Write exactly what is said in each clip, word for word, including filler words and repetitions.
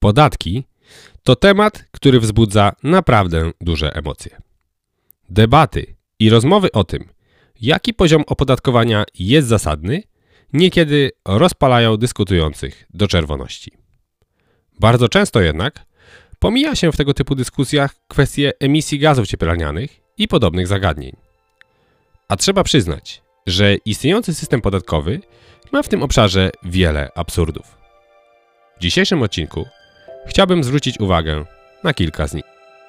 Podatki to temat, który wzbudza naprawdę duże emocje. Debaty i rozmowy o tym, jaki poziom opodatkowania jest zasadny, niekiedy rozpalają dyskutujących do czerwoności. Bardzo często jednak pomija się w tego typu dyskusjach kwestie emisji gazów cieplarnianych i podobnych zagadnień. A trzeba przyznać, że istniejący system podatkowy ma w tym obszarze wiele absurdów. W dzisiejszym odcinku chciałbym zwrócić uwagę na kilka z nich.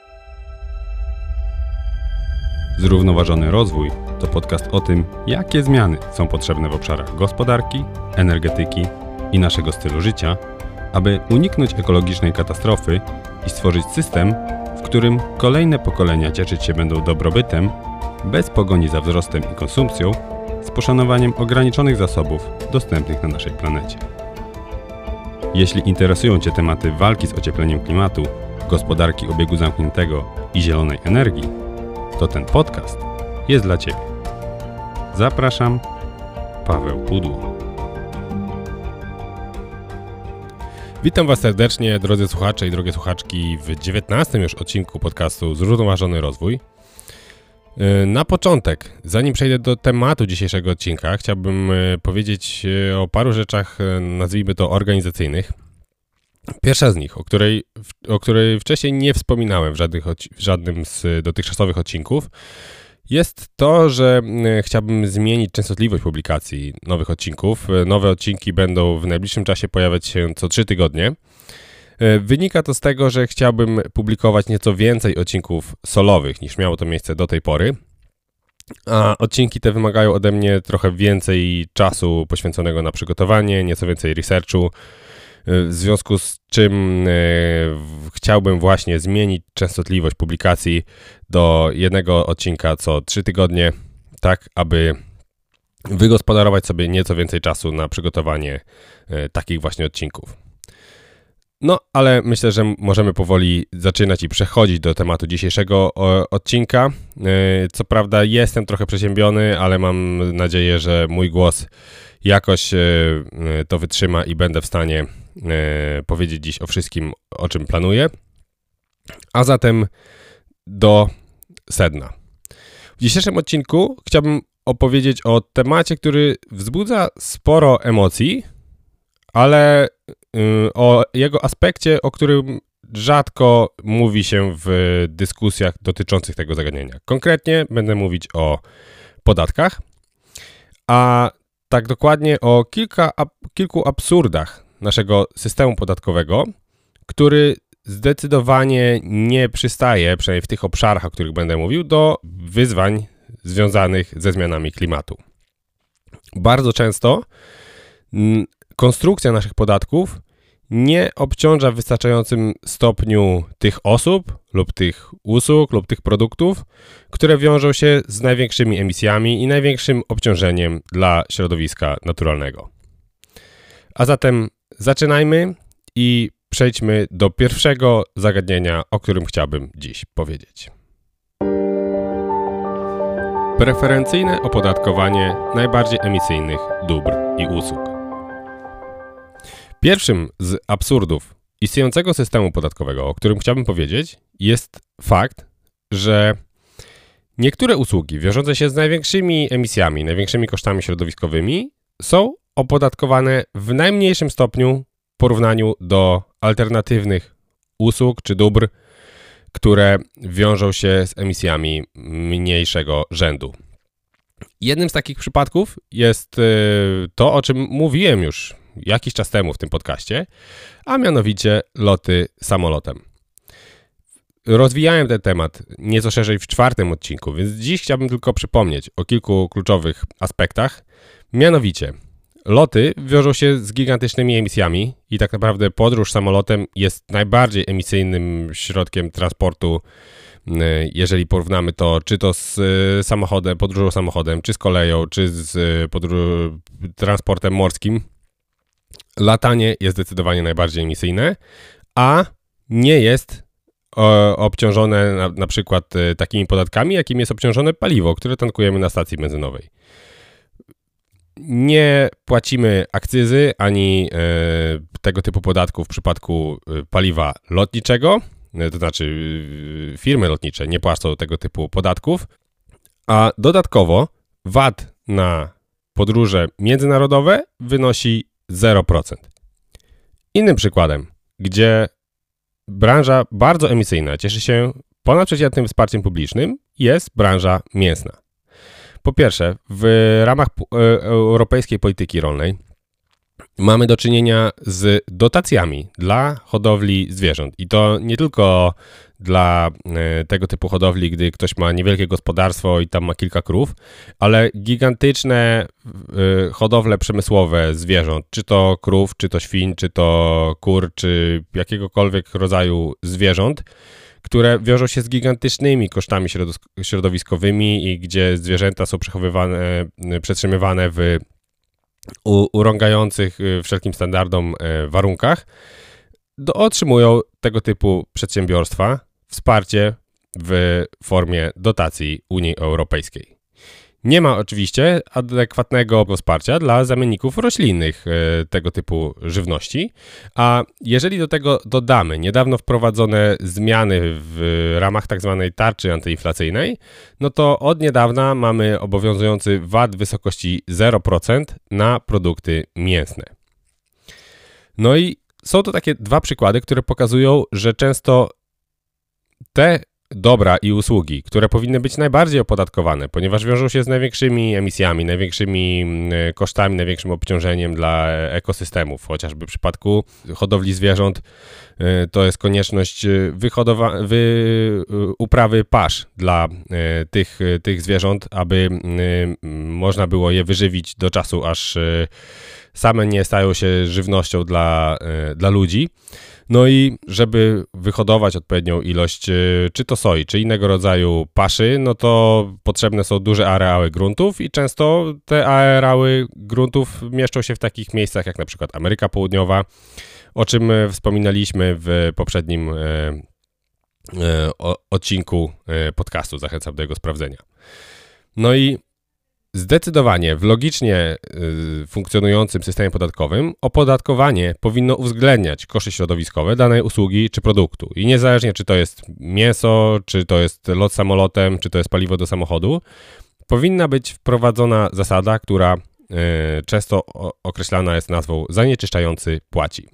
Zrównoważony rozwój to podcast o tym, jakie zmiany są potrzebne w obszarach gospodarki, energetyki i naszego stylu życia, aby uniknąć ekologicznej katastrofy i stworzyć system, w którym kolejne pokolenia cieszyć się będą dobrobytem, bez pogoni za wzrostem i konsumpcją, z poszanowaniem ograniczonych zasobów dostępnych na naszej planecie. Jeśli interesują Cię tematy walki z ociepleniem klimatu, gospodarki obiegu zamkniętego i zielonej energii, to ten podcast jest dla Ciebie. Zapraszam, Paweł Pudło. Witam Was serdecznie, drodzy słuchacze i drogie słuchaczki, w dziewiętnastym już odcinku podcastu Zrównoważony Rozwój. Na początek, zanim przejdę do tematu dzisiejszego odcinka, chciałbym powiedzieć o paru rzeczach, nazwijmy to organizacyjnych. Pierwsza z nich, o której, o której wcześniej nie wspominałem w, żadnych, w żadnym z dotychczasowych odcinków, jest to, że chciałbym zmienić częstotliwość publikacji nowych odcinków. Nowe odcinki będą w najbliższym czasie pojawiać się co trzy tygodnie. Wynika to z tego, że chciałbym publikować nieco więcej odcinków solowych niż miało to miejsce do tej pory, a odcinki te wymagają ode mnie trochę więcej czasu poświęconego na przygotowanie, nieco więcej researchu, w związku z czym chciałbym właśnie zmienić częstotliwość publikacji do jednego odcinka co trzy tygodnie, tak aby wygospodarować sobie nieco więcej czasu na przygotowanie takich właśnie odcinków. No, ale myślę, że możemy powoli zaczynać i przechodzić do tematu dzisiejszego odcinka. Co prawda jestem trochę przeziębiony, ale mam nadzieję, że mój głos jakoś to wytrzyma i będę w stanie powiedzieć dziś o wszystkim, o czym planuję. A zatem do sedna. W dzisiejszym odcinku chciałbym opowiedzieć o temacie, który wzbudza sporo emocji, ale o jego aspekcie, o którym rzadko mówi się w dyskusjach dotyczących tego zagadnienia. Konkretnie będę mówić o podatkach, a tak dokładnie o kilka, kilku absurdach naszego systemu podatkowego, który zdecydowanie nie przystaje, przynajmniej w tych obszarach, o których będę mówił, do wyzwań związanych ze zmianami klimatu. Bardzo często konstrukcja naszych podatków nie obciąża w wystarczającym stopniu tych osób lub tych usług lub tych produktów, które wiążą się z największymi emisjami i największym obciążeniem dla środowiska naturalnego. A zatem zaczynajmy i przejdźmy do pierwszego zagadnienia, o którym chciałbym dziś powiedzieć. Preferencyjne opodatkowanie najbardziej emisyjnych dóbr i usług. Pierwszym z absurdów istniejącego systemu podatkowego, o którym chciałbym powiedzieć, jest fakt, że niektóre usługi wiążące się z największymi emisjami, największymi kosztami środowiskowymi są opodatkowane w najmniejszym stopniu w porównaniu do alternatywnych usług czy dóbr, które wiążą się z emisjami mniejszego rzędu. Jednym z takich przypadków jest to, o czym mówiłem już jakiś czas temu w tym podcaście, a mianowicie loty samolotem. Rozwijałem ten temat nieco szerzej w czwartym odcinku, więc dziś chciałbym tylko przypomnieć o kilku kluczowych aspektach. Mianowicie, loty wiążą się z gigantycznymi emisjami i tak naprawdę podróż samolotem jest najbardziej emisyjnym środkiem transportu, jeżeli porównamy to czy to z samochodem, podróżą samochodem, czy z koleją, czy z podróż- transportem morskim. Latanie jest zdecydowanie najbardziej emisyjne, a nie jest o, obciążone na, na przykład y, takimi podatkami, jakim jest obciążone paliwo, które tankujemy na stacji benzynowej. nie płacimy akcyzy ani e, tego typu podatków w przypadku paliwa lotniczego, to znaczy e, firmy lotnicze nie płacą tego typu podatków, a dodatkowo V A T na podróże międzynarodowe wynosi zero procent. Innym przykładem, gdzie branża bardzo emisyjna cieszy się ponadprzeciętnym wsparciem publicznym, jest branża mięsna. Po pierwsze, w ramach europejskiej polityki rolnej mamy do czynienia z dotacjami dla hodowli zwierząt. I to nie tylko dla tego typu hodowli, gdy ktoś ma niewielkie gospodarstwo i tam ma kilka krów, ale gigantyczne hodowle przemysłowe zwierząt, czy to krów, czy to świń, czy to kur, czy jakiegokolwiek rodzaju zwierząt, które wiążą się z gigantycznymi kosztami środowiskowymi i gdzie zwierzęta są przechowywane, przetrzymywane w urągających wszelkim standardom warunkach, do, otrzymują tego typu przedsiębiorstwa wsparcie w formie dotacji Unii Europejskiej. Nie ma oczywiście adekwatnego wsparcia dla zamienników roślinnych tego typu żywności, a jeżeli do tego dodamy niedawno wprowadzone zmiany w ramach tak zwanej tarczy antyinflacyjnej, no to od niedawna mamy obowiązujący V A T w wysokości zero procent na produkty mięsne. No i są to takie dwa przykłady, które pokazują, że często te dobra i usługi, które powinny być najbardziej opodatkowane, ponieważ wiążą się z największymi emisjami, największymi kosztami, największym obciążeniem dla ekosystemów, chociażby w przypadku hodowli zwierząt to jest konieczność wyhodowa- wy- uprawy pasz dla tych, tych zwierząt, aby można było je wyżywić do czasu, aż same nie stają się żywnością dla, dla ludzi. No i żeby wyhodować odpowiednią ilość czy to soi, czy innego rodzaju paszy, no to potrzebne są duże areały gruntów i często te areały gruntów mieszczą się w takich miejscach jak na przykład Ameryka Południowa, o czym wspominaliśmy w poprzednim odcinku podcastu. Zachęcam do jego sprawdzenia. No i zdecydowanie w logicznie y, funkcjonującym systemie podatkowym opodatkowanie powinno uwzględniać koszty środowiskowe danej usługi czy produktu. I niezależnie czy to jest mięso, czy to jest lot samolotem, czy to jest paliwo do samochodu, powinna być wprowadzona zasada, która y, często o, określana jest nazwą zanieczyszczający płaci.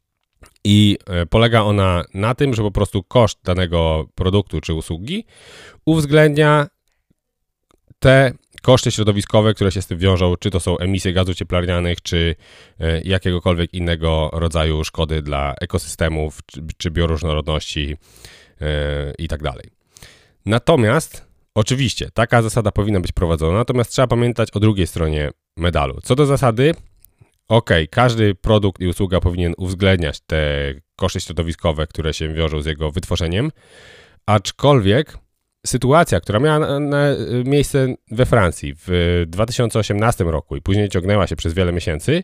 I y, polega ona na tym, że po prostu koszt danego produktu czy usługi uwzględnia te koszty środowiskowe, które się z tym wiążą, czy to są emisje gazów cieplarnianych, czy jakiegokolwiek innego rodzaju szkody dla ekosystemów, czy, czy bioróżnorodności yy, i tak dalej. Natomiast, oczywiście, taka zasada powinna być prowadzona, natomiast trzeba pamiętać o drugiej stronie medalu. Co do zasady, ok, każdy produkt i usługa powinien uwzględniać te koszty środowiskowe, które się wiążą z jego wytworzeniem, aczkolwiek sytuacja, która miała miejsce we Francji w dwa tysiące osiemnastym roku i później ciągnęła się przez wiele miesięcy,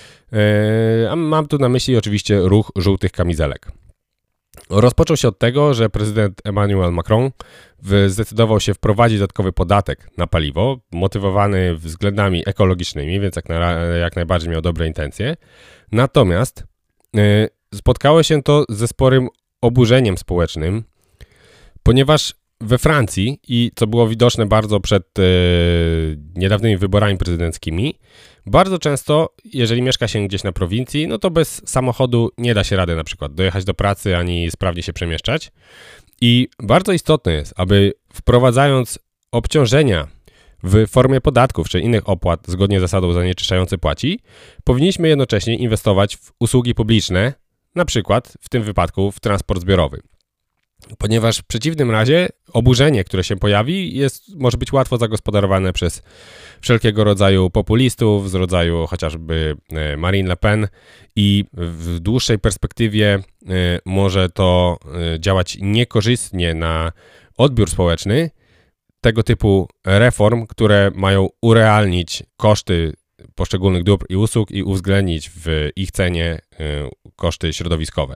a mam tu na myśli oczywiście ruch żółtych kamizelek. Rozpoczął się od tego, że prezydent Emmanuel Macron zdecydował się wprowadzić dodatkowy podatek na paliwo, motywowany względami ekologicznymi, więc jak, na, jak najbardziej miał dobre intencje. Natomiast spotkało się to ze sporym oburzeniem społecznym, ponieważ we Francji, i co było widoczne bardzo przed e, niedawnymi wyborami prezydenckimi, bardzo często, jeżeli mieszka się gdzieś na prowincji, no to bez samochodu nie da się rady na przykład dojechać do pracy, ani sprawnie się przemieszczać. I bardzo istotne jest, aby wprowadzając obciążenia w formie podatków czy innych opłat zgodnie z zasadą zanieczyszczający płaci, powinniśmy jednocześnie inwestować w usługi publiczne, na przykład w tym wypadku w transport zbiorowy. Ponieważ w przeciwnym razie oburzenie, które się pojawi, jest, może być łatwo zagospodarowane przez wszelkiego rodzaju populistów, z rodzaju chociażby Marine Le Pen, i w dłuższej perspektywie może to działać niekorzystnie na odbiór społeczny tego typu reform, które mają urealnić koszty poszczególnych dóbr i usług i uwzględnić w ich cenie koszty środowiskowe.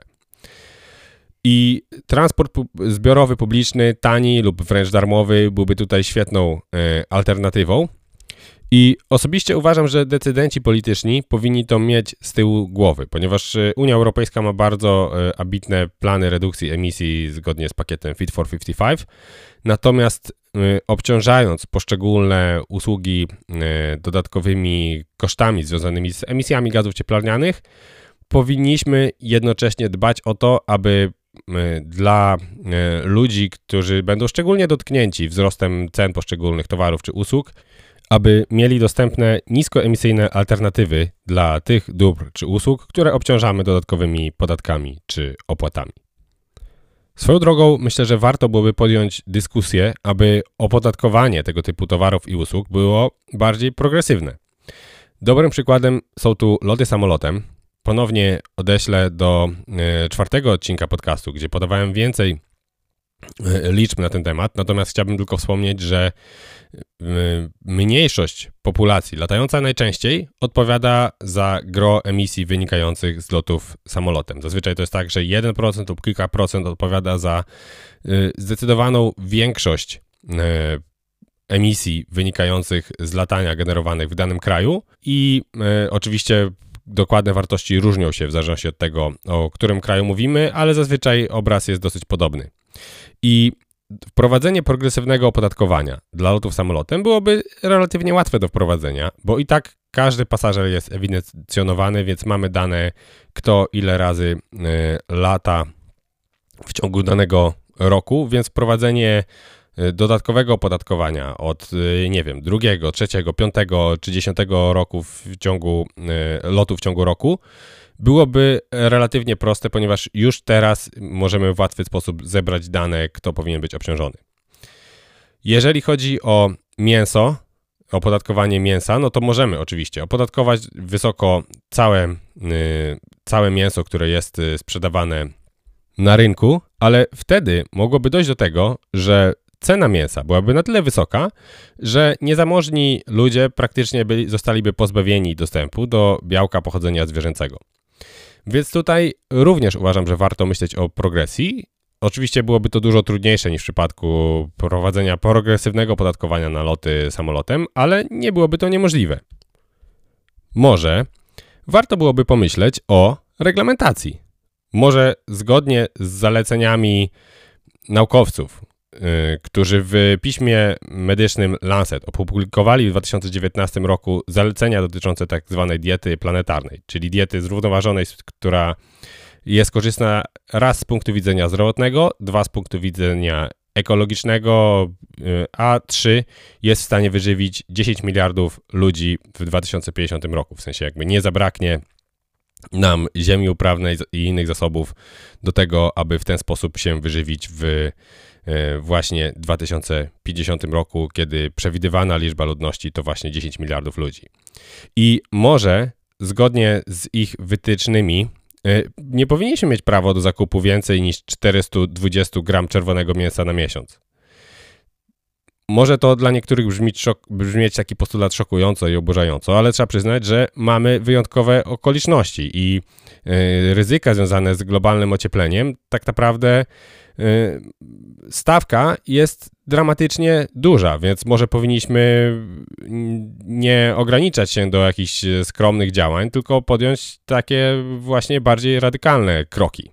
I transport zbiorowy, publiczny, tani lub wręcz darmowy byłby tutaj świetną y, alternatywą. I osobiście uważam, że decydenci polityczni powinni to mieć z tyłu głowy, ponieważ Unia Europejska ma bardzo ambitne plany redukcji emisji zgodnie z pakietem Fit for pięćdziesiąt pięć, natomiast obciążając poszczególne usługi dodatkowymi kosztami związanymi z emisjami gazów cieplarnianych, powinniśmy jednocześnie dbać o to, aby dla ludzi, którzy będą szczególnie dotknięci wzrostem cen poszczególnych towarów czy usług, aby mieli dostępne niskoemisyjne alternatywy dla tych dóbr czy usług, które obciążamy dodatkowymi podatkami czy opłatami. Swoją drogą myślę, że warto byłoby podjąć dyskusję, aby opodatkowanie tego typu towarów i usług było bardziej progresywne. Dobrym przykładem są tu loty samolotem. Ponownie odeślę do y, czwartego odcinka podcastu, gdzie podawałem więcej y, liczb na ten temat, natomiast chciałbym tylko wspomnieć, że y, mniejszość populacji latająca najczęściej odpowiada za gro emisji wynikających z lotów samolotem. Zazwyczaj to jest tak, że jeden procent lub kilka procent odpowiada za y, zdecydowaną większość y, emisji wynikających z latania generowanych w danym kraju i y, oczywiście dokładne wartości różnią się w zależności od tego, o którym kraju mówimy, ale zazwyczaj obraz jest dosyć podobny. I wprowadzenie progresywnego opodatkowania dla lotów samolotem byłoby relatywnie łatwe do wprowadzenia, bo i tak każdy pasażer jest ewidencjonowany, więc mamy dane, kto ile razy y, lata w ciągu danego roku, więc wprowadzenie dodatkowego opodatkowania od, nie wiem, drugiego, trzeciego, piątego czy dziesiątego roku w ciągu lotu w ciągu roku byłoby relatywnie proste, ponieważ już teraz możemy w łatwy sposób zebrać dane, kto powinien być obciążony. Jeżeli chodzi o mięso, opodatkowanie mięsa, no to możemy oczywiście opodatkować wysoko całe, całe mięso, które jest sprzedawane na rynku, ale wtedy mogłoby dojść do tego, że cena mięsa byłaby na tyle wysoka, że niezamożni ludzie praktycznie byli, zostaliby pozbawieni dostępu do białka pochodzenia zwierzęcego. Więc tutaj również uważam, że warto myśleć o progresji. Oczywiście byłoby to dużo trudniejsze niż w przypadku prowadzenia progresywnego opodatkowania na loty samolotem, ale nie byłoby to niemożliwe. Może warto byłoby pomyśleć o reglamentacji. Może zgodnie z zaleceniami naukowców, yy, którzy w piśmie medycznym Lancet opublikowali w dwa tysiące dziewiętnastym roku zalecenia dotyczące tak zwanej diety planetarnej, czyli diety zrównoważonej, która jest korzystna raz z punktu widzenia zdrowotnego, dwa z punktu widzenia ekologicznego, yy, a trzy jest w stanie wyżywić dziesięć miliardów ludzi w dwa tysiące pięćdziesiątym roku, w sensie jakby nie zabraknie nam ziemi uprawnej i innych zasobów do tego, aby w ten sposób się wyżywić w właśnie dwa tysiące pięćdziesiątym roku, kiedy przewidywana liczba ludności to właśnie dziesięć miliardów ludzi. I może zgodnie z ich wytycznymi nie powinniśmy mieć prawa do zakupu więcej niż czterysta dwadzieścia gramów czerwonego mięsa na miesiąc. Może to dla niektórych brzmieć, szok, brzmieć taki postulat szokująco i oburzająco, ale trzeba przyznać, że mamy wyjątkowe okoliczności i y, ryzyka związane z globalnym ociepleniem, tak naprawdę y, stawka jest dramatycznie duża, więc może powinniśmy nie ograniczać się do jakichś skromnych działań, tylko podjąć takie właśnie bardziej radykalne kroki.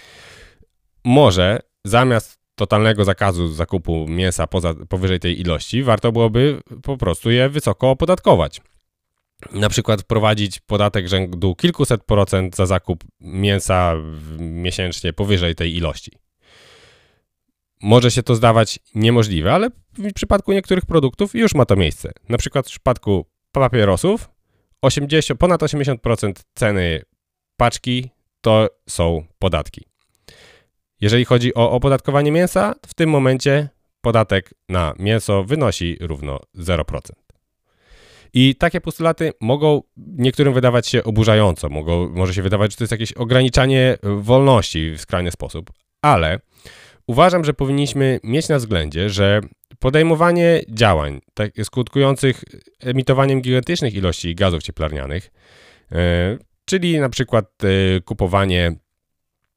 Może zamiast totalnego zakazu zakupu mięsa poza, powyżej tej ilości, warto byłoby po prostu je wysoko opodatkować. Na przykład wprowadzić podatek rzędu kilkuset procent za zakup mięsa miesięcznie powyżej tej ilości. Może się to zdawać niemożliwe, ale w przypadku niektórych produktów już ma to miejsce. Na przykład w przypadku papierosów osiemdziesiąt, ponad osiemdziesiąt procent ceny paczki to są podatki. Jeżeli chodzi o opodatkowanie mięsa, w tym momencie podatek na mięso wynosi równo zero procent. I takie postulaty mogą niektórym wydawać się oburzająco, mogą, może się wydawać, że to jest jakieś ograniczanie wolności w skrajny sposób, ale uważam, że powinniśmy mieć na względzie, że podejmowanie działań tak, skutkujących emitowaniem gigantycznych ilości gazów cieplarnianych, yy, czyli na przykład yy, kupowanie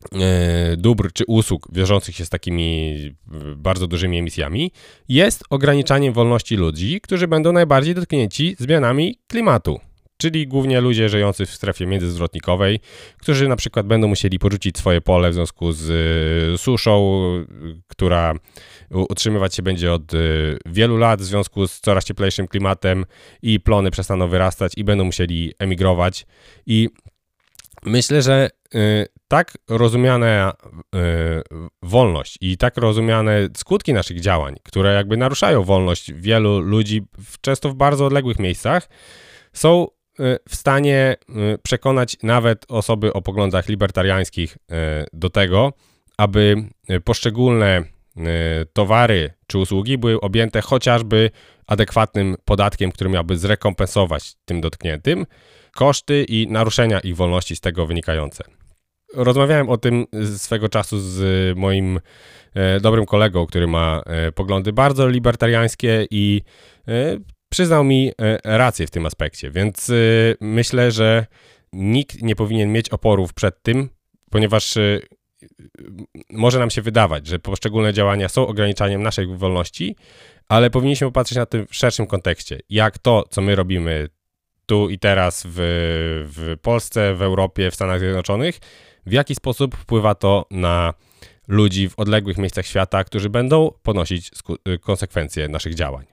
dóbr czy usług wiążących się z takimi bardzo dużymi emisjami jest ograniczaniem wolności ludzi, którzy będą najbardziej dotknięci zmianami klimatu, czyli głównie ludzie żyjący w strefie międzyzwrotnikowej, którzy na przykład będą musieli porzucić swoje pole w związku z suszą, która utrzymywać się będzie od wielu lat w związku z coraz cieplejszym klimatem i plony przestaną wyrastać i będą musieli emigrować. I myślę, że y, tak rozumiana y, wolność i tak rozumiane skutki naszych działań, które jakby naruszają wolność wielu ludzi, w, często w bardzo odległych miejscach, są y, w stanie y, przekonać nawet osoby o poglądach libertariańskich y, do tego, aby poszczególne y, towary czy usługi były objęte chociażby adekwatnym podatkiem, który miałby zrekompensować tym dotkniętym koszty i naruszenia ich wolności z tego wynikające. Rozmawiałem o tym swego czasu z moim e, dobrym kolegą, który ma e, poglądy bardzo libertariańskie i e, przyznał mi e, rację w tym aspekcie, więc e, myślę, że nikt nie powinien mieć oporów przed tym, ponieważ e, może nam się wydawać, że poszczególne działania są ograniczaniem naszej wolności, ale powinniśmy popatrzeć na tym w szerszym kontekście, jak to, co my robimy tu i teraz w, w Polsce, w Europie, w Stanach Zjednoczonych, w jaki sposób wpływa to na ludzi w odległych miejscach świata, którzy będą ponosić konsekwencje naszych działań.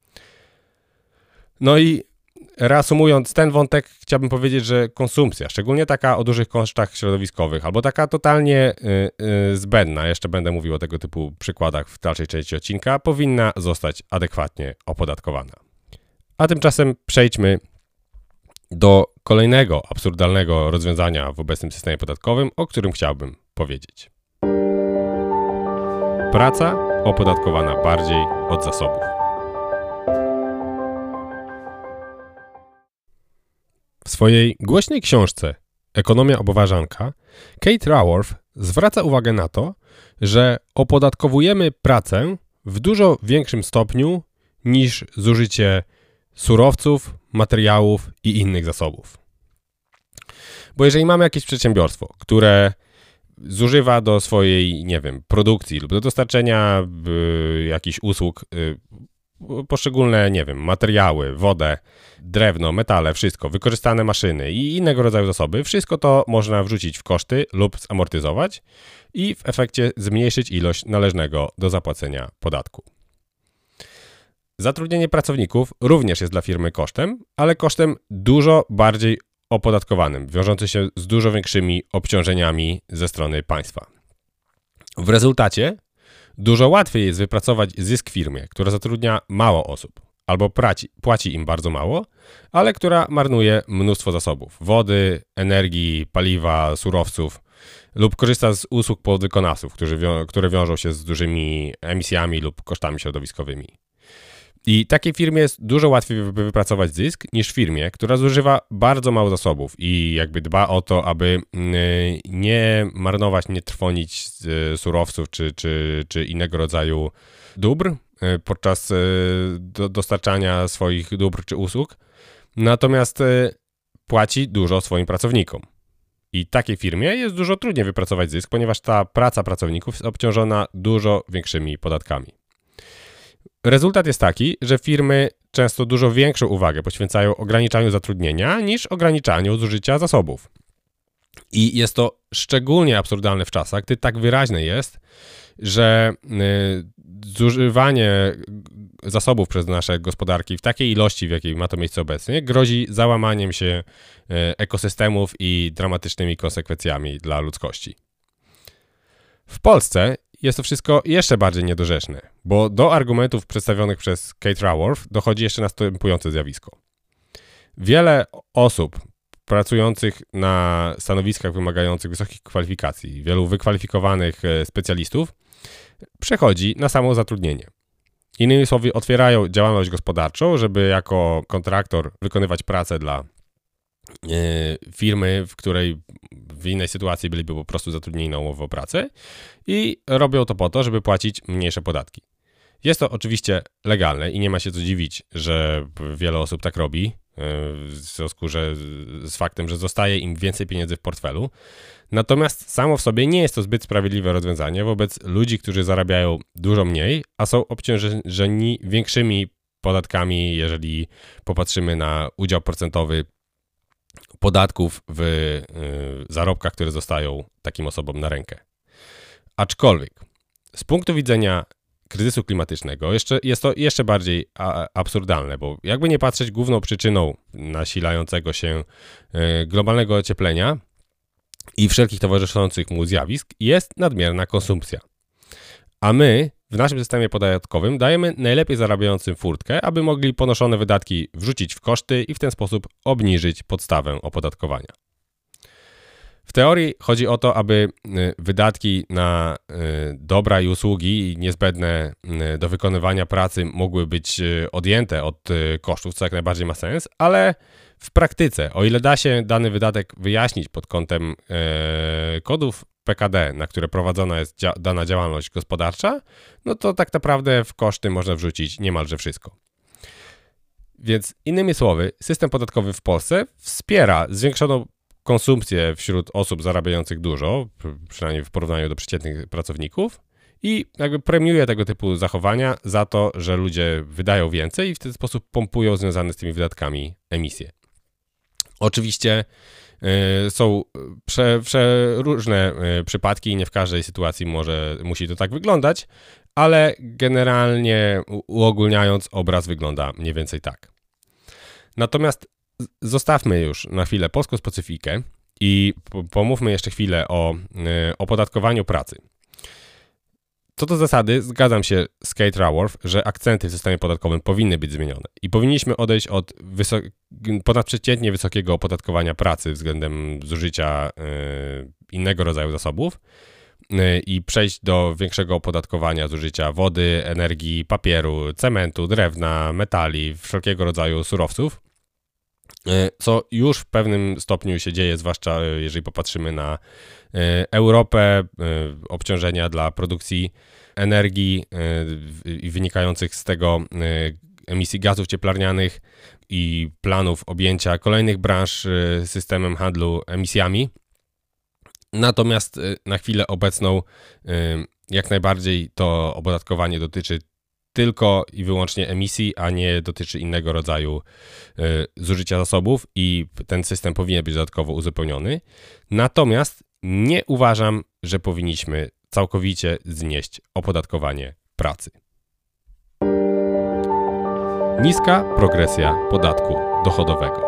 No i reasumując ten wątek, chciałbym powiedzieć, że konsumpcja, szczególnie taka o dużych kosztach środowiskowych, albo taka totalnie y, y, zbędna, jeszcze będę mówił o tego typu przykładach w dalszej części odcinka, powinna zostać adekwatnie opodatkowana. A tymczasem przejdźmy do kolejnego absurdalnego rozwiązania w obecnym systemie podatkowym, o którym chciałbym powiedzieć. Praca opodatkowana bardziej od zasobów. W swojej głośnej książce Ekonomia obważanka Kate Raworth zwraca uwagę na to, że opodatkowujemy pracę w dużo większym stopniu niż zużycie surowców, materiałów i innych zasobów. Bo jeżeli mamy jakieś przedsiębiorstwo, które zużywa do swojej, nie wiem, produkcji lub do dostarczenia y, jakichś usług y, poszczególne, nie wiem, materiały, wodę, drewno, metale, wszystko, wykorzystane maszyny i innego rodzaju zasoby, wszystko to można wrzucić w koszty lub zamortyzować i w efekcie zmniejszyć ilość należnego do zapłacenia podatku. Zatrudnienie pracowników również jest dla firmy kosztem, ale kosztem dużo bardziej opodatkowanym, wiążący się z dużo większymi obciążeniami ze strony państwa. W rezultacie dużo łatwiej jest wypracować zysk firmie, która zatrudnia mało osób, albo płaci, płaci im bardzo mało, ale która marnuje mnóstwo zasobów, wody, energii, paliwa, surowców, lub korzysta z usług podwykonawców, którzy wią- które wiążą się z dużymi emisjami lub kosztami środowiskowymi. I takiej firmie jest dużo łatwiej wypracować zysk niż firmie, która zużywa bardzo mało zasobów i jakby dba o to, aby nie marnować, nie trwonić surowców czy, czy, czy innego rodzaju dóbr podczas dostarczania swoich dóbr czy usług, natomiast płaci dużo swoim pracownikom. I takiej firmie jest dużo trudniej wypracować zysk, ponieważ ta praca pracowników jest obciążona dużo większymi podatkami. Rezultat jest taki, że firmy często dużo większą uwagę poświęcają ograniczaniu zatrudnienia niż ograniczaniu zużycia zasobów. I jest to szczególnie absurdalne w czasach, gdy tak wyraźne jest, że zużywanie zasobów przez nasze gospodarki w takiej ilości, w jakiej ma to miejsce obecnie, grozi załamaniem się ekosystemów i dramatycznymi konsekwencjami dla ludzkości. W Polsce jest to wszystko jeszcze bardziej niedorzeczne, bo do argumentów przedstawionych przez Kate Raworth dochodzi jeszcze następujące zjawisko. Wiele osób pracujących na stanowiskach wymagających wysokich kwalifikacji, wielu wykwalifikowanych specjalistów przechodzi na samozatrudnienie. Innymi słowy, otwierają działalność gospodarczą, żeby jako kontraktor wykonywać pracę dla firmy, w której w innej sytuacji byliby po prostu zatrudnieni na umowę o pracę i robią to po to, żeby płacić mniejsze podatki. Jest to oczywiście legalne i nie ma się co dziwić, że wiele osób tak robi. w związku że, z faktem, że zostaje im więcej pieniędzy w portfelu. Natomiast samo w sobie nie jest to zbyt sprawiedliwe rozwiązanie wobec ludzi, którzy zarabiają dużo mniej, a są obciążeni większymi podatkami, jeżeli popatrzymy na udział procentowy podatków w y, zarobkach, które zostają takim osobom na rękę. Aczkolwiek z punktu widzenia kryzysu klimatycznego jeszcze, jest to jeszcze bardziej a, absurdalne, bo jakby nie patrzeć, główną przyczyną nasilającego się y, globalnego ocieplenia i wszelkich towarzyszących mu zjawisk jest nadmierna konsumpcja. A my w naszym systemie podatkowym dajemy najlepiej zarabiającym furtkę, aby mogli ponoszone wydatki wrzucić w koszty i w ten sposób obniżyć podstawę opodatkowania. W teorii chodzi o to, aby wydatki na dobra i usługi niezbędne do wykonywania pracy mogły być odjęte od kosztów, co jak najbardziej ma sens, ale w praktyce, o ile da się dany wydatek wyjaśnić pod kątem kodów P K D, na które prowadzona jest dzia- dana działalność gospodarcza, no to tak naprawdę w koszty można wrzucić niemalże wszystko. Więc innymi słowy, system podatkowy w Polsce wspiera zwiększoną konsumpcję wśród osób zarabiających dużo, przynajmniej w porównaniu do przeciętnych pracowników, i jakby premiuje tego typu zachowania za to, że ludzie wydają więcej i w ten sposób pompują związane z tymi wydatkami emisje. Oczywiście y, są prze, prze różne y, przypadki i nie w każdej sytuacji może, musi to tak wyglądać, ale generalnie uogólniając obraz wygląda mniej więcej tak. Natomiast zostawmy już na chwilę polską specyfikę i pomówmy jeszcze chwilę o y, opodatkowaniu pracy. Co do zasady, zgadzam się z Kate Raworth, że akcenty w systemie podatkowym powinny być zmienione i powinniśmy odejść od wysok- ponadprzeciętnie wysokiego opodatkowania pracy względem zużycia y, innego rodzaju zasobów y, i przejść do większego opodatkowania zużycia wody, energii, papieru, cementu, drewna, metali, wszelkiego rodzaju surowców, y, co już w pewnym stopniu się dzieje, zwłaszcza jeżeli popatrzymy na Europę, obciążenia dla produkcji energii i wynikających z tego emisji gazów cieplarnianych i planów objęcia kolejnych branż systemem handlu emisjami. Natomiast na chwilę obecną jak najbardziej to opodatkowanie dotyczy tylko i wyłącznie emisji, a nie dotyczy innego rodzaju zużycia zasobów i ten system powinien być dodatkowo uzupełniony. Natomiast nie uważam, że powinniśmy całkowicie znieść opodatkowanie pracy. Niska progresja podatku dochodowego.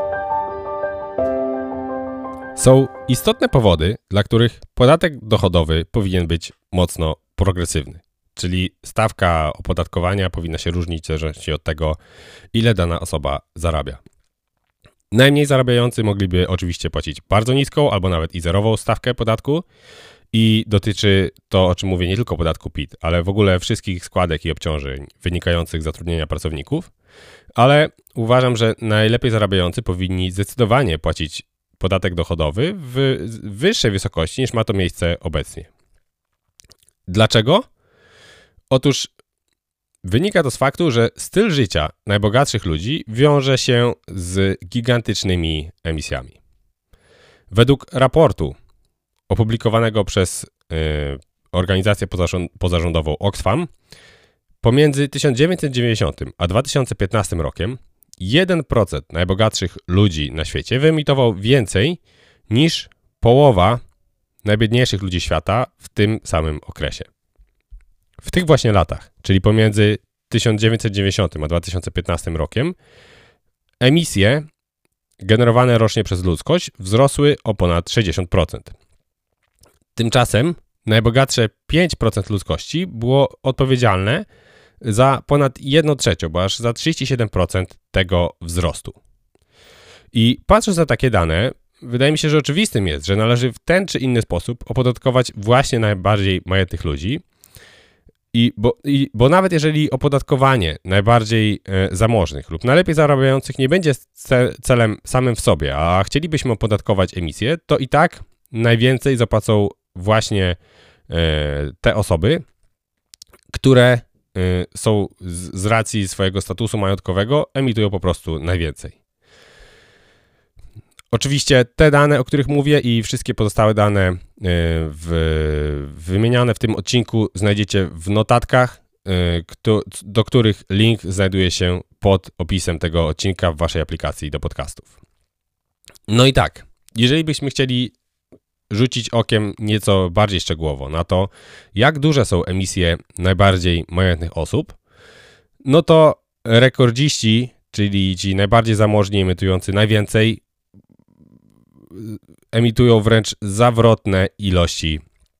Są istotne powody, dla których podatek dochodowy powinien być mocno progresywny, czyli stawka opodatkowania powinna się różnić w zależności od tego, ile dana osoba zarabia. Najmniej zarabiający mogliby oczywiście płacić bardzo niską albo nawet i zerową stawkę podatku i dotyczy to, o czym mówię, nie tylko podatku P I T, ale w ogóle wszystkich składek i obciążeń wynikających z zatrudnienia pracowników, ale uważam, że najlepiej zarabiający powinni zdecydowanie płacić podatek dochodowy w wyższej wysokości niż ma to miejsce obecnie. Dlaczego? Otóż wynika to z faktu, że styl życia najbogatszych ludzi wiąże się z gigantycznymi emisjami. Według raportu opublikowanego przez y, organizację pozarządową Oxfam, pomiędzy tysiąc dziewięćset dziewięćdziesiątym a dwa tysiące piętnastym rokiem jeden procent najbogatszych ludzi na świecie wyemitował więcej niż połowa najbiedniejszych ludzi świata w tym samym okresie. W tych właśnie latach, czyli pomiędzy tysiąc dziewięćset dziewięćdziesiątym a dwa tysiące piętnastym rokiem, emisje generowane rocznie przez ludzkość wzrosły o ponad sześćdziesiąt procent. Tymczasem najbogatsze pięć procent ludzkości było odpowiedzialne za ponad jedną trzecią, bo aż za trzydzieści siedem procent tego wzrostu. I patrząc na takie dane, wydaje mi się, że oczywistym jest, że należy w ten czy inny sposób opodatkować właśnie najbardziej majątnych ludzi, I bo, i, bo nawet jeżeli opodatkowanie najbardziej e, zamożnych lub najlepiej zarabiających nie będzie ce, celem samym w sobie, a chcielibyśmy opodatkować emisję, to i tak najwięcej zapłacą właśnie e, te osoby, które e, są z, z racji swojego statusu majątkowego, emitują po prostu najwięcej. Oczywiście te dane, o których mówię i wszystkie pozostałe dane w, wymieniane w tym odcinku znajdziecie w notatkach, do których link znajduje się pod opisem tego odcinka w waszej aplikacji do podcastów. No i tak, jeżeli byśmy chcieli rzucić okiem nieco bardziej szczegółowo na to, jak duże są emisje najbardziej majętnych osób, no to rekordziści, czyli ci najbardziej zamożni, emitujący najwięcej, emitują wręcz zawrotne ilości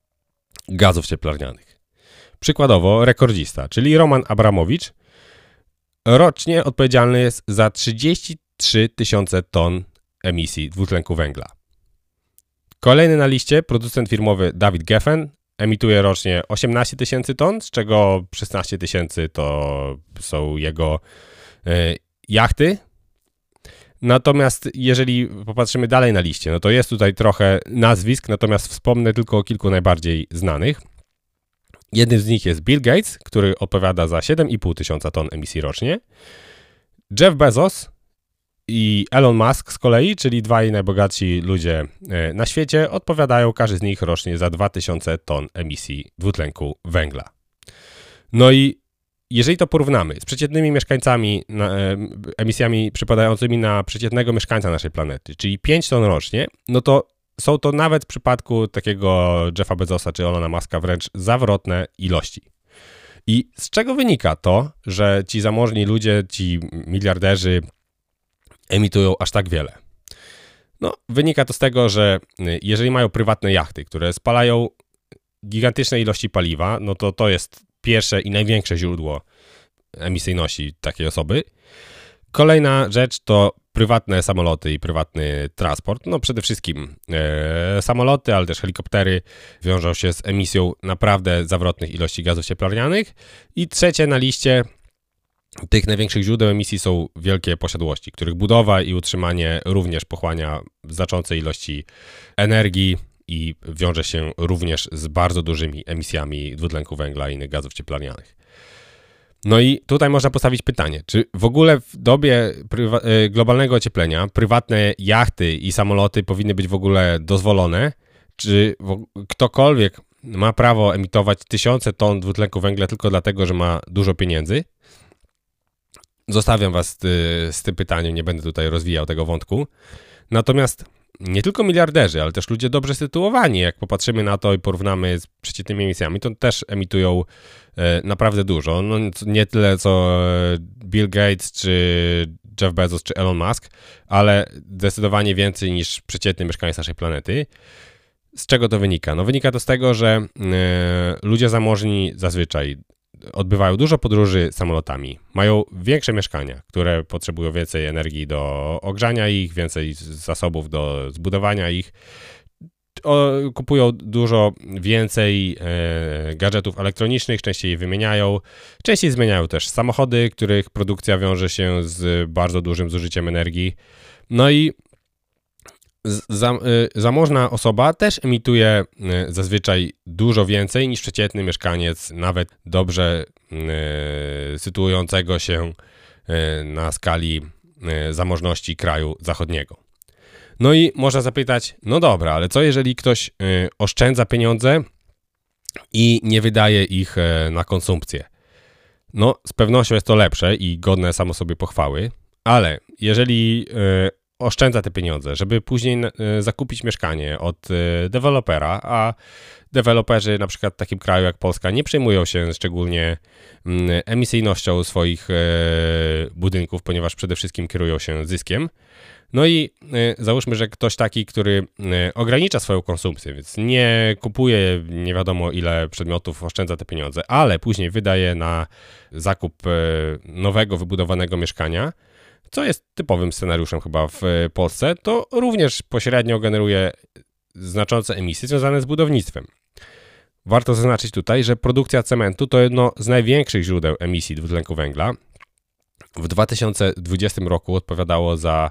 gazów cieplarnianych. Przykładowo rekordzista, czyli Roman Abramowicz, rocznie odpowiedzialny jest za trzydzieści trzy tysiące ton emisji dwutlenku węgla. Kolejny na liście producent firmowy David Geffen emituje rocznie osiemnaście tysięcy ton, z czego szesnaście tysięcy to są jego y, jachty. Natomiast jeżeli popatrzymy dalej na liście, no to jest tutaj trochę nazwisk, natomiast wspomnę tylko o kilku najbardziej znanych. Jednym z nich jest Bill Gates, który odpowiada za siedem i pół tysiąca ton emisji rocznie. Jeff Bezos i Elon Musk z kolei, czyli dwaj najbogatsi ludzie na świecie, odpowiadają każdy z nich rocznie za dwa tysiące ton emisji dwutlenku węgla. No i jeżeli to porównamy z przeciętnymi mieszkańcami, na, emisjami przypadającymi na przeciętnego mieszkańca naszej planety, czyli pięć ton rocznie, no to są to nawet w przypadku takiego Jeffa Bezosa czy Elona Muska wręcz zawrotne ilości. I z czego wynika to, że ci zamożni ludzie, ci miliarderzy emitują aż tak wiele? No, wynika to z tego, że jeżeli mają prywatne jachty, które spalają gigantyczne ilości paliwa, no to to jest pierwsze i największe źródło emisyjności takiej osoby. Kolejna rzecz to prywatne samoloty i prywatny transport. No przede wszystkim e, samoloty, ale też helikoptery wiążą się z emisją naprawdę zawrotnych ilości gazów cieplarnianych. I trzecie na liście tych największych źródeł emisji są wielkie posiadłości, których budowa i utrzymanie również pochłania znaczące ilości energii i wiąże się również z bardzo dużymi emisjami dwutlenku węgla i innych gazów cieplarnianych. No i tutaj można postawić pytanie, czy w ogóle w dobie globalnego ocieplenia prywatne jachty i samoloty powinny być w ogóle dozwolone? Czy ktokolwiek ma prawo emitować tysiące ton dwutlenku węgla tylko dlatego, że ma dużo pieniędzy? Zostawiam was z, z tym pytaniem, nie będę tutaj rozwijał tego wątku. Natomiast nie tylko miliarderzy, ale też ludzie dobrze sytuowani, jak popatrzymy na to i porównamy z przeciętnymi emisjami, to też emitują e, naprawdę dużo. No, nie tyle co Bill Gates, czy Jeff Bezos, czy Elon Musk, ale zdecydowanie więcej niż przeciętny mieszkaniec naszej planety. Z czego to wynika? No wynika to z tego, że e, ludzie zamożni zazwyczaj odbywają dużo podróży samolotami, mają większe mieszkania, które potrzebują więcej energii do ogrzania ich, więcej zasobów do zbudowania ich, o, kupują dużo więcej e, gadżetów elektronicznych, częściej je wymieniają, częściej zmieniają też samochody, których produkcja wiąże się z bardzo dużym zużyciem energii. No i Za, zamożna osoba też emituje zazwyczaj dużo więcej niż przeciętny mieszkaniec, nawet dobrze y, sytuującego się y, na skali y, zamożności kraju zachodniego. No i można zapytać, no dobra, ale co jeżeli ktoś y, oszczędza pieniądze i nie wydaje ich y, na konsumpcję? No z pewnością jest to lepsze i godne samo sobie pochwały, ale jeżeli y, oszczędza te pieniądze, żeby później zakupić mieszkanie od dewelopera, a deweloperzy na przykład w takim kraju jak Polska nie przejmują się szczególnie emisyjnością swoich budynków, ponieważ przede wszystkim kierują się zyskiem. No i załóżmy, że ktoś taki, który ogranicza swoją konsumpcję, więc nie kupuje nie wiadomo ile przedmiotów, oszczędza te pieniądze, ale później wydaje na zakup nowego, wybudowanego mieszkania, co jest typowym scenariuszem chyba w Polsce, to również pośrednio generuje znaczące emisje związane z budownictwem. Warto zaznaczyć tutaj, że produkcja cementu to jedno z największych źródeł emisji dwutlenku węgla. W dwa tysiące dwudziestym roku odpowiadało za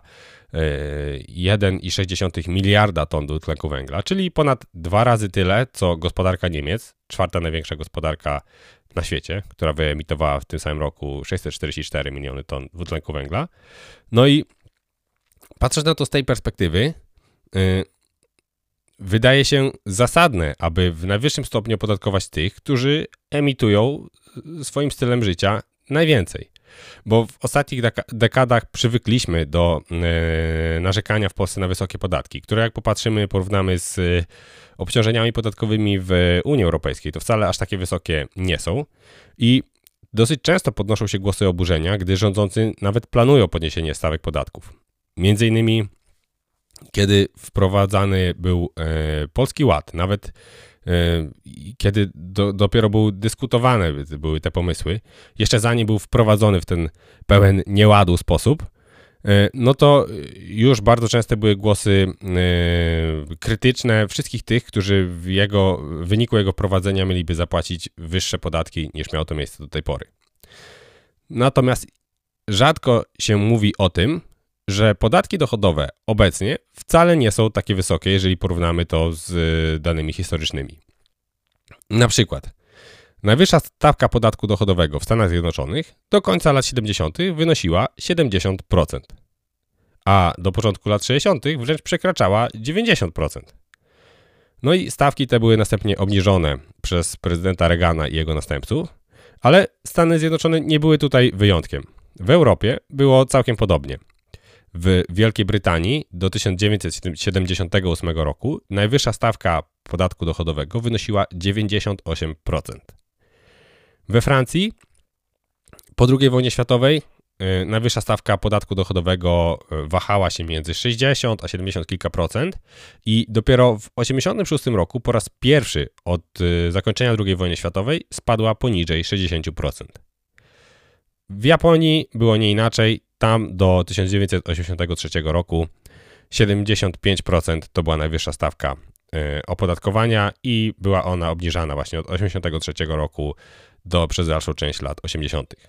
jeden przecinek sześć miliarda ton dwutlenku węgla, czyli ponad dwa razy tyle, co gospodarka Niemiec, czwarta największa gospodarka na świecie, która wyemitowała w tym samym roku sześćset czterdzieści cztery miliony ton dwutlenku węgla. No i Patrząc na to z tej perspektywy, yy, wydaje się zasadne, aby w najwyższym stopniu opodatkować tych, którzy emitują swoim stylem życia najwięcej. Bo w ostatnich deka- dekadach przywykliśmy do yy, narzekania w Polsce na wysokie podatki, które jak popatrzymy, porównamy z yy, obciążeniami podatkowymi w Unii Europejskiej, to wcale aż takie wysokie nie są. I dosyć często podnoszą się głosy oburzenia, gdy rządzący nawet planują podniesienie stawek podatków. Między innymi kiedy wprowadzany był e, Polski Ład, nawet e, kiedy do, dopiero były dyskutowane były te pomysły, jeszcze zanim był wprowadzony w ten pełen nieładu sposób, e, no to już bardzo częste były głosy e, krytyczne wszystkich tych, którzy w jego, w wyniku jego wprowadzenia mieliby zapłacić wyższe podatki niż miało to miejsce do tej pory. Natomiast rzadko się mówi o tym, że podatki dochodowe obecnie wcale nie są takie wysokie, jeżeli porównamy to z danymi historycznymi. Na przykład najwyższa stawka podatku dochodowego w Stanach Zjednoczonych do końca lat siedemdziesiątych wynosiła siedemdziesiąt procent, a do początku lat sześćdziesiątych wręcz przekraczała dziewięćdziesiąt procent. No i stawki te były następnie obniżone przez prezydenta Reagana i jego następców, ale Stany Zjednoczone nie były tutaj wyjątkiem. W Europie było całkiem podobnie. W Wielkiej Brytanii do tysiąc dziewięćset siedemdziesiątego ósmego roku najwyższa stawka podatku dochodowego wynosiła dziewięćdziesiąt osiem procent. We Francji po drugiej wojnie światowej yy, najwyższa stawka podatku dochodowego wahała się między sześćdziesiąt a siedemdziesiąt kilka procent i dopiero w osiemdziesiątym szóstym roku po raz pierwszy od yy, zakończenia drugiej wojny światowej spadła poniżej sześćdziesiąt procent. W Japonii było nie inaczej. Tam do tysiąc dziewięćset osiemdziesiątego trzeciego roku siedemdziesiąt pięć procent to była najwyższa stawka y, opodatkowania i była ona obniżana właśnie od osiemdziesiątego trzeciego roku do przez dalszą część lat osiemdziesiątych.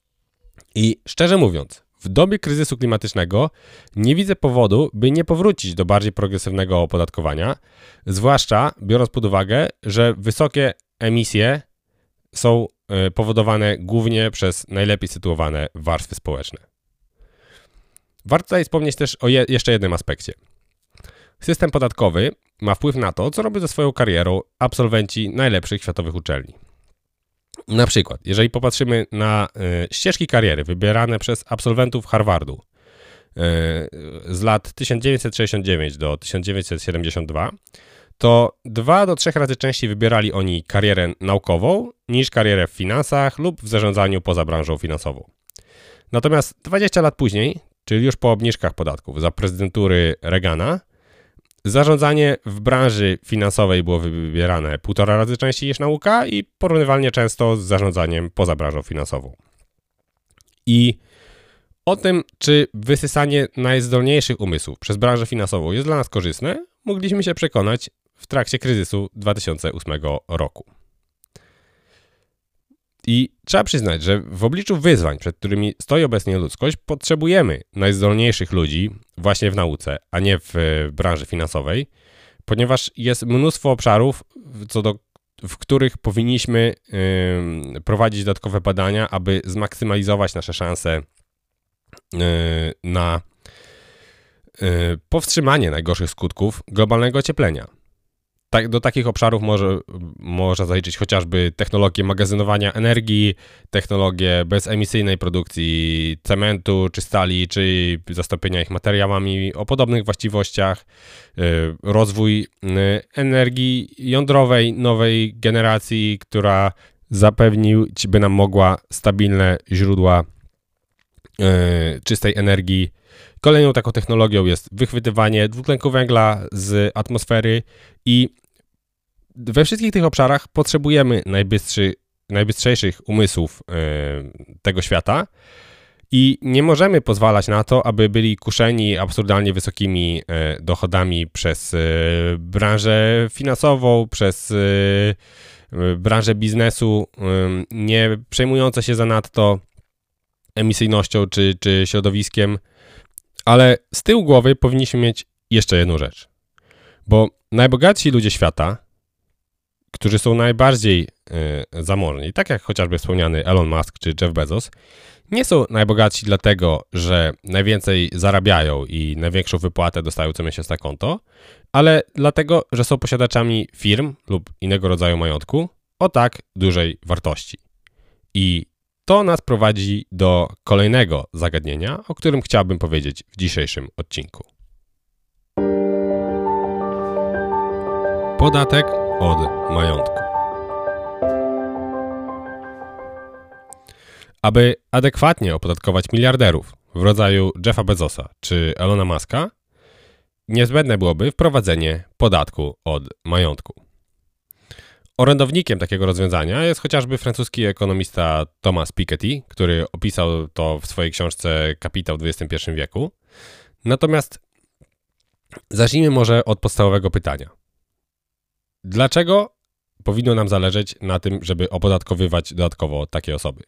I szczerze mówiąc, w dobie kryzysu klimatycznego nie widzę powodu, by nie powrócić do bardziej progresywnego opodatkowania, zwłaszcza biorąc pod uwagę, że wysokie emisje są y, powodowane głównie przez najlepiej sytuowane warstwy społeczne. Warto tutaj wspomnieć też o je, jeszcze jednym aspekcie. System podatkowy ma wpływ na to, co robią ze swoją karierą absolwenci najlepszych światowych uczelni. Na przykład, jeżeli popatrzymy na y, ścieżki kariery wybierane przez absolwentów Harvardu y, z lat tysiąc dziewięćset sześćdziesiąt dziewięć do tysiąc dziewięćset siedemdziesiąt dwa, to dwa do trzech razy częściej wybierali oni karierę naukową niż karierę w finansach lub w zarządzaniu poza branżą finansową. Natomiast dwadzieścia lat później, czyli już po obniżkach podatków za prezydentury Reagana, zarządzanie w branży finansowej było wybierane półtora razy częściej niż nauka i porównywalnie często z zarządzaniem poza branżą finansową. I o tym, czy wysysanie najzdolniejszych umysłów przez branżę finansową jest dla nas korzystne, mogliśmy się przekonać w trakcie kryzysu dwa tysiące ósmego roku. I trzeba przyznać, że w obliczu wyzwań, przed którymi stoi obecnie ludzkość, potrzebujemy najzdolniejszych ludzi właśnie w nauce, a nie w branży finansowej, ponieważ jest mnóstwo obszarów, co do, w których powinniśmy yy, prowadzić dodatkowe badania, aby zmaksymalizować nasze szanse yy, na yy, powstrzymanie najgorszych skutków globalnego ocieplenia. Tak, do takich obszarów może, można zaliczyć chociażby technologię magazynowania energii, technologię bezemisyjnej produkcji cementu czy stali, czy zastąpienia ich materiałami o podobnych właściwościach, rozwój energii jądrowej nowej generacji, która zapewnić by nam mogła stabilne źródła czystej energii. Kolejną taką technologią jest wychwytywanie dwutlenku węgla z atmosfery i we wszystkich tych obszarach potrzebujemy najbystrzy, najbystrzejszych umysłów yy, tego świata i nie możemy pozwalać na to, aby byli kuszeni absurdalnie wysokimi yy, dochodami przez yy, branżę finansową, przez yy, branżę biznesu, yy, nie przejmujące się zanadto emisyjnością czy, czy środowiskiem. Ale z tyłu głowy powinniśmy mieć jeszcze jedną rzecz, bo najbogatsi ludzie świata, którzy są najbardziej y, zamożni, tak jak chociażby wspomniany Elon Musk czy Jeff Bezos, nie są najbogatsi dlatego, że najwięcej zarabiają i największą wypłatę dostają co miesiąc na konto, ale dlatego, że są posiadaczami firm lub innego rodzaju majątku o tak dużej wartości. I to nas prowadzi do kolejnego zagadnienia, o którym chciałbym powiedzieć w dzisiejszym odcinku. Podatek od majątku. Aby adekwatnie opodatkować miliarderów w rodzaju Jeffa Bezosa czy Elona Muska, niezbędne byłoby wprowadzenie podatku od majątku. Orędownikiem takiego rozwiązania jest chociażby francuski ekonomista Thomas Piketty, który opisał to w swojej książce Kapitał w dwudziestym pierwszym wieku. Natomiast zacznijmy może od podstawowego pytania. Dlaczego powinno nam zależeć na tym, żeby opodatkowywać dodatkowo takie osoby?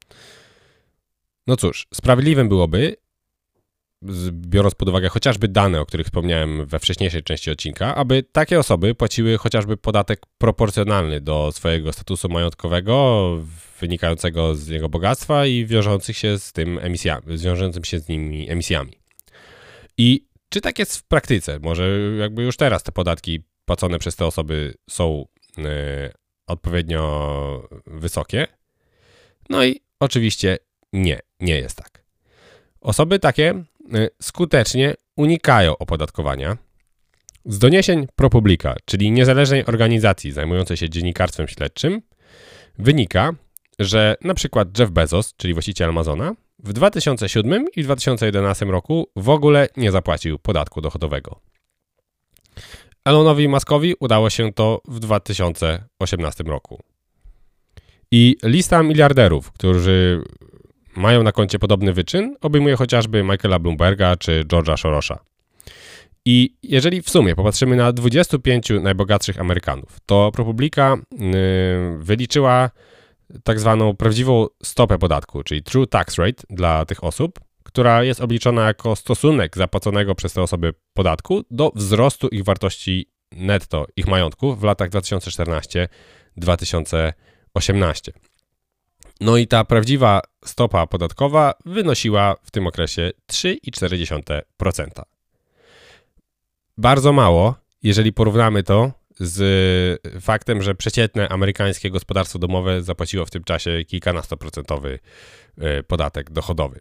No cóż, sprawiedliwym byłoby, biorąc pod uwagę chociażby dane, o których wspomniałem we wcześniejszej części odcinka, aby takie osoby płaciły chociażby podatek proporcjonalny do swojego statusu majątkowego, wynikającego z jego bogactwa i wiążących się z tym emisjami, wiążącym się z nimi emisjami. I czy tak jest w praktyce? Może jakby już teraz te podatki płacone przez te osoby są y, odpowiednio wysokie? No i oczywiście nie, nie jest tak. Osoby takie skutecznie unikają opodatkowania. Z doniesień ProPublica, czyli niezależnej organizacji zajmującej się dziennikarstwem śledczym, wynika, że na przykład Jeff Bezos, czyli właściciel Amazona, w dwa tysiące siódmym i dwa tysiące jedenastym roku w ogóle nie zapłacił podatku dochodowego. Elonowi Muskowi udało się to w dwa tysiące osiemnastym roku. I lista miliarderów, którzy mają na koncie podobny wyczyn, obejmuje chociażby Michaela Bloomberga czy George'a Soros'a. I jeżeli w sumie popatrzymy na dwudziestu pięciu najbogatszych Amerykanów, to ProPublica yy, wyliczyła tak zwaną prawdziwą stopę podatku, czyli true tax rate dla tych osób, która jest obliczona jako stosunek zapłaconego przez te osoby podatku do wzrostu ich wartości netto, ich majątków w latach dwa tysiące czternastym do dwa tysiące osiemnastego. No i ta prawdziwa stopa podatkowa wynosiła w tym okresie trzy przecinek cztery procent. Bardzo mało, jeżeli porównamy to z faktem, że przeciętne amerykańskie gospodarstwo domowe zapłaciło w tym czasie kilkunastoprocentowy podatek dochodowy.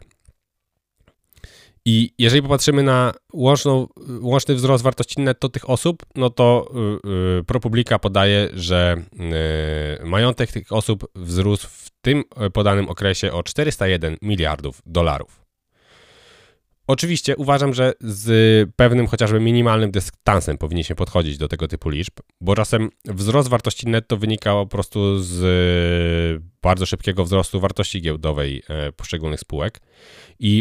I jeżeli popatrzymy na łączną, łączny wzrost wartości netto tych osób, no to yy, ProPublica podaje, że yy, majątek tych osób wzrósł w tym podanym okresie o czterysta jeden miliardów dolarów. Oczywiście uważam, że z pewnym chociażby minimalnym dystansem powinniśmy podchodzić do tego typu liczb, bo czasem wzrost wartości netto wynika po prostu z bardzo szybkiego wzrostu wartości giełdowej poszczególnych spółek i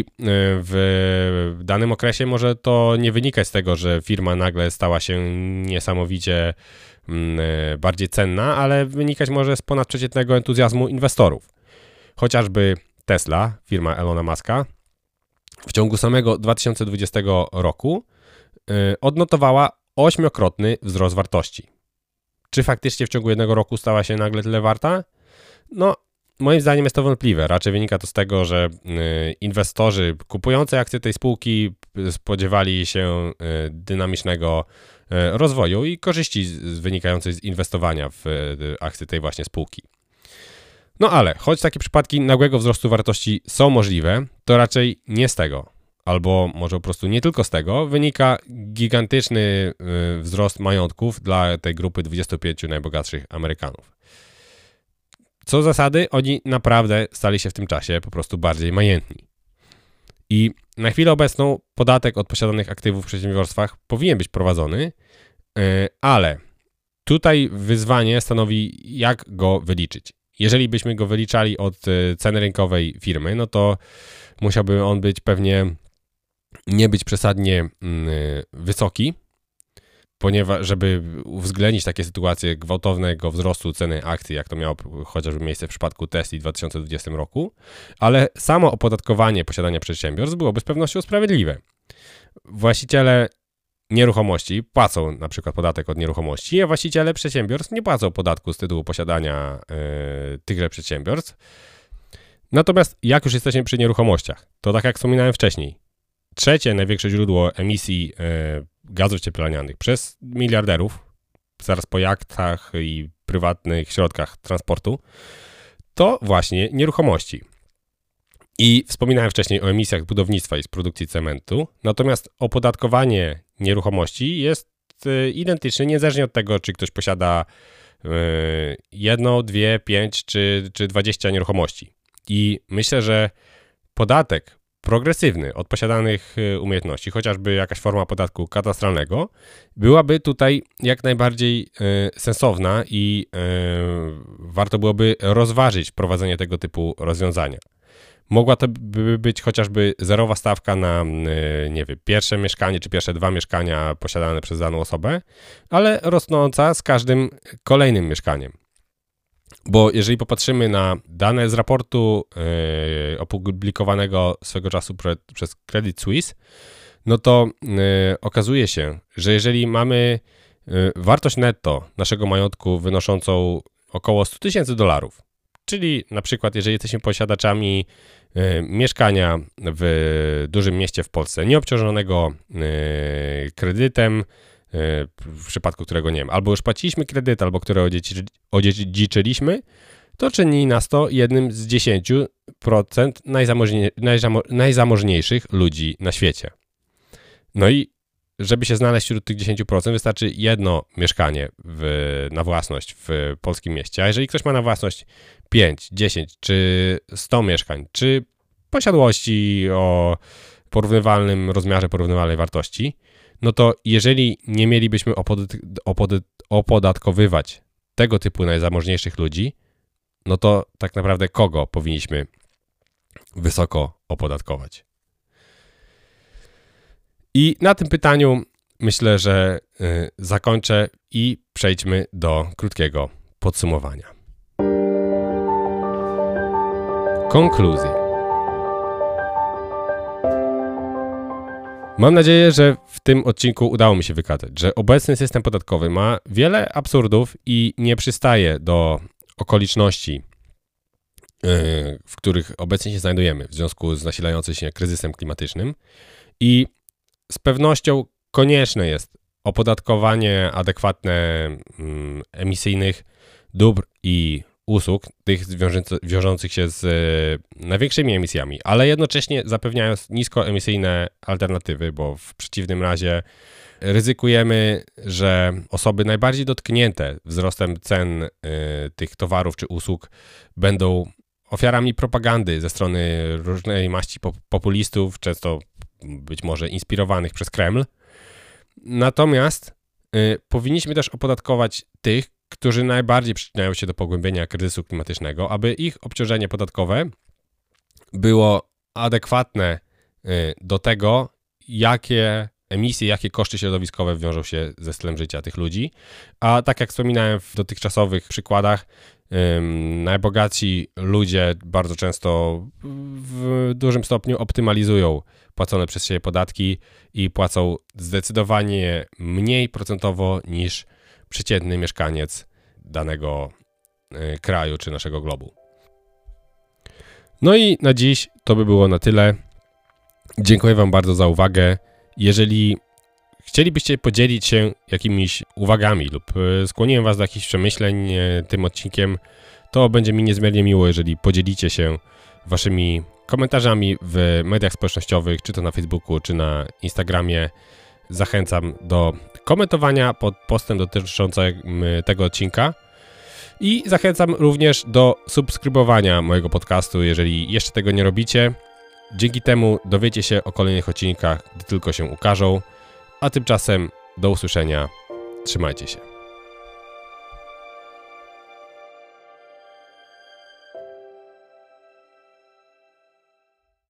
w danym okresie może to nie wynikać z tego, że firma nagle stała się niesamowicie bardziej cenna, ale wynikać może z ponadprzeciętnego entuzjazmu inwestorów. Chociażby Tesla, firma Elona Muska, w ciągu samego dwa tysiące dwudziestego roku yy, odnotowała ośmiokrotny wzrost wartości. Czy faktycznie w ciągu jednego roku stała się nagle tyle warta? No, moim zdaniem jest to wątpliwe. Raczej wynika to z tego, że yy, inwestorzy kupujący akcje tej spółki spodziewali się yy, dynamicznego yy, rozwoju i korzyści z, z wynikającej z inwestowania w yy, akcje tej właśnie spółki. No ale, choć takie przypadki nagłego wzrostu wartości są możliwe, to raczej nie z tego, albo może po prostu nie tylko z tego, wynika gigantyczny wzrost majątków dla tej grupy dwudziestu pięciu najbogatszych Amerykanów. Co zasady, oni naprawdę stali się w tym czasie po prostu bardziej majętni. I na chwilę obecną podatek od posiadanych aktywów w przedsiębiorstwach powinien być prowadzony, ale tutaj wyzwanie stanowi, jak go wyliczyć. Jeżeli byśmy go wyliczali od ceny rynkowej firmy, no to musiałby on być pewnie nie być przesadnie wysoki, ponieważ żeby uwzględnić takie sytuacje gwałtownego wzrostu ceny akcji, jak to miało chociażby miejsce w przypadku Tesli w dwa tysiące dwudziestym roku, ale samo opodatkowanie posiadania przedsiębiorstw byłoby z pewnością sprawiedliwe. Właściciele nieruchomości płacą na przykład podatek od nieruchomości, a właściciele przedsiębiorstw nie płacą podatku z tytułu posiadania yy, tychże przedsiębiorstw. Natomiast jak już jesteśmy przy nieruchomościach, to tak jak wspominałem wcześniej, trzecie największe źródło emisji yy, gazów cieplarnianych przez miliarderów, zaraz po jachtach i prywatnych środkach transportu, to właśnie nieruchomości. I wspominałem wcześniej o emisjach z budownictwa i z produkcji cementu, natomiast opodatkowanie nieruchomości jest y, identyczne, niezależnie od tego, czy ktoś posiada y, jedno, dwie, pięć czy, czy dwadzieścia nieruchomości. I myślę, że podatek progresywny od posiadanych y, umiejętności, chociażby jakaś forma podatku katastralnego, byłaby tutaj jak najbardziej y, sensowna i y, warto byłoby rozważyć wprowadzenie tego typu rozwiązania. Mogła to by być chociażby zerowa stawka na, nie wiem, pierwsze mieszkanie czy pierwsze dwa mieszkania posiadane przez daną osobę, ale rosnąca z każdym kolejnym mieszkaniem. Bo jeżeli popatrzymy na dane z raportu yy, opublikowanego swego czasu pre, przez Credit Suisse, no to yy, okazuje się, że jeżeli mamy yy, wartość netto naszego majątku wynoszącą około sto tysięcy dolarów, czyli na przykład jeżeli jesteśmy posiadaczami y, mieszkania w dużym mieście w Polsce, nieobciążonego y, kredytem, y, w przypadku którego nie wiem, albo już płaciliśmy kredyt, albo które odziedziczy, odziedziczyliśmy, to czyni nas to jednym z dziesięciu procent najzamożnie, najzamo, najzamożniejszych ludzi na świecie. No i żeby się znaleźć wśród tych dziesięciu procent, wystarczy jedno mieszkanie w, na własność w polskim mieście. A jeżeli ktoś ma na własność pięć, dziesięć czy sto mieszkań, czy posiadłości o porównywalnym rozmiarze, porównywalnej wartości, no to jeżeli nie mielibyśmy opod- opod- opodatkowywać tego typu najzamożniejszych ludzi, no to tak naprawdę kogo powinniśmy wysoko opodatkować? I na tym pytaniu myślę, że y, zakończę i przejdźmy do krótkiego podsumowania. Konkluzje. Mam nadzieję, że w tym odcinku udało mi się wykazać, że obecny system podatkowy ma wiele absurdów i nie przystaje do okoliczności, yy, w których obecnie się znajdujemy w związku z nasilającym się kryzysem klimatycznym i z pewnością konieczne jest opodatkowanie adekwatne mm, emisyjnych dóbr i usług, tych wiążących się z y, największymi emisjami, ale jednocześnie zapewniając niskoemisyjne alternatywy, bo w przeciwnym razie ryzykujemy, że osoby najbardziej dotknięte wzrostem cen y, tych towarów czy usług będą ofiarami propagandy ze strony różnej maści populistów, często być może inspirowanych przez Kreml. Natomiast y, powinniśmy też opodatkować tych, którzy najbardziej przyczyniają się do pogłębienia kryzysu klimatycznego, aby ich obciążenie podatkowe było adekwatne y, do tego, jakie emisje, jakie koszty środowiskowe wiążą się ze stylem życia tych ludzi. A tak jak wspominałem w dotychczasowych przykładach, ym, najbogatsi ludzie bardzo często w dużym stopniu optymalizują płacone przez siebie podatki i płacą zdecydowanie mniej procentowo niż przeciętny mieszkaniec danego y, kraju czy naszego globu. No i na dziś to by było na tyle. Dziękuję Wam bardzo za uwagę. Jeżeli chcielibyście podzielić się jakimiś uwagami lub skłoniłem Was do jakichś przemyśleń tym odcinkiem, to będzie mi niezmiernie miło, jeżeli podzielicie się Waszymi komentarzami w mediach społecznościowych, czy to na Facebooku, czy na Instagramie. Zachęcam do komentowania pod postem dotyczącym tego odcinka i zachęcam również do subskrybowania mojego podcastu, jeżeli jeszcze tego nie robicie. Dzięki temu dowiecie się o kolejnych odcinkach, gdy tylko się ukażą, a tymczasem do usłyszenia. Trzymajcie się.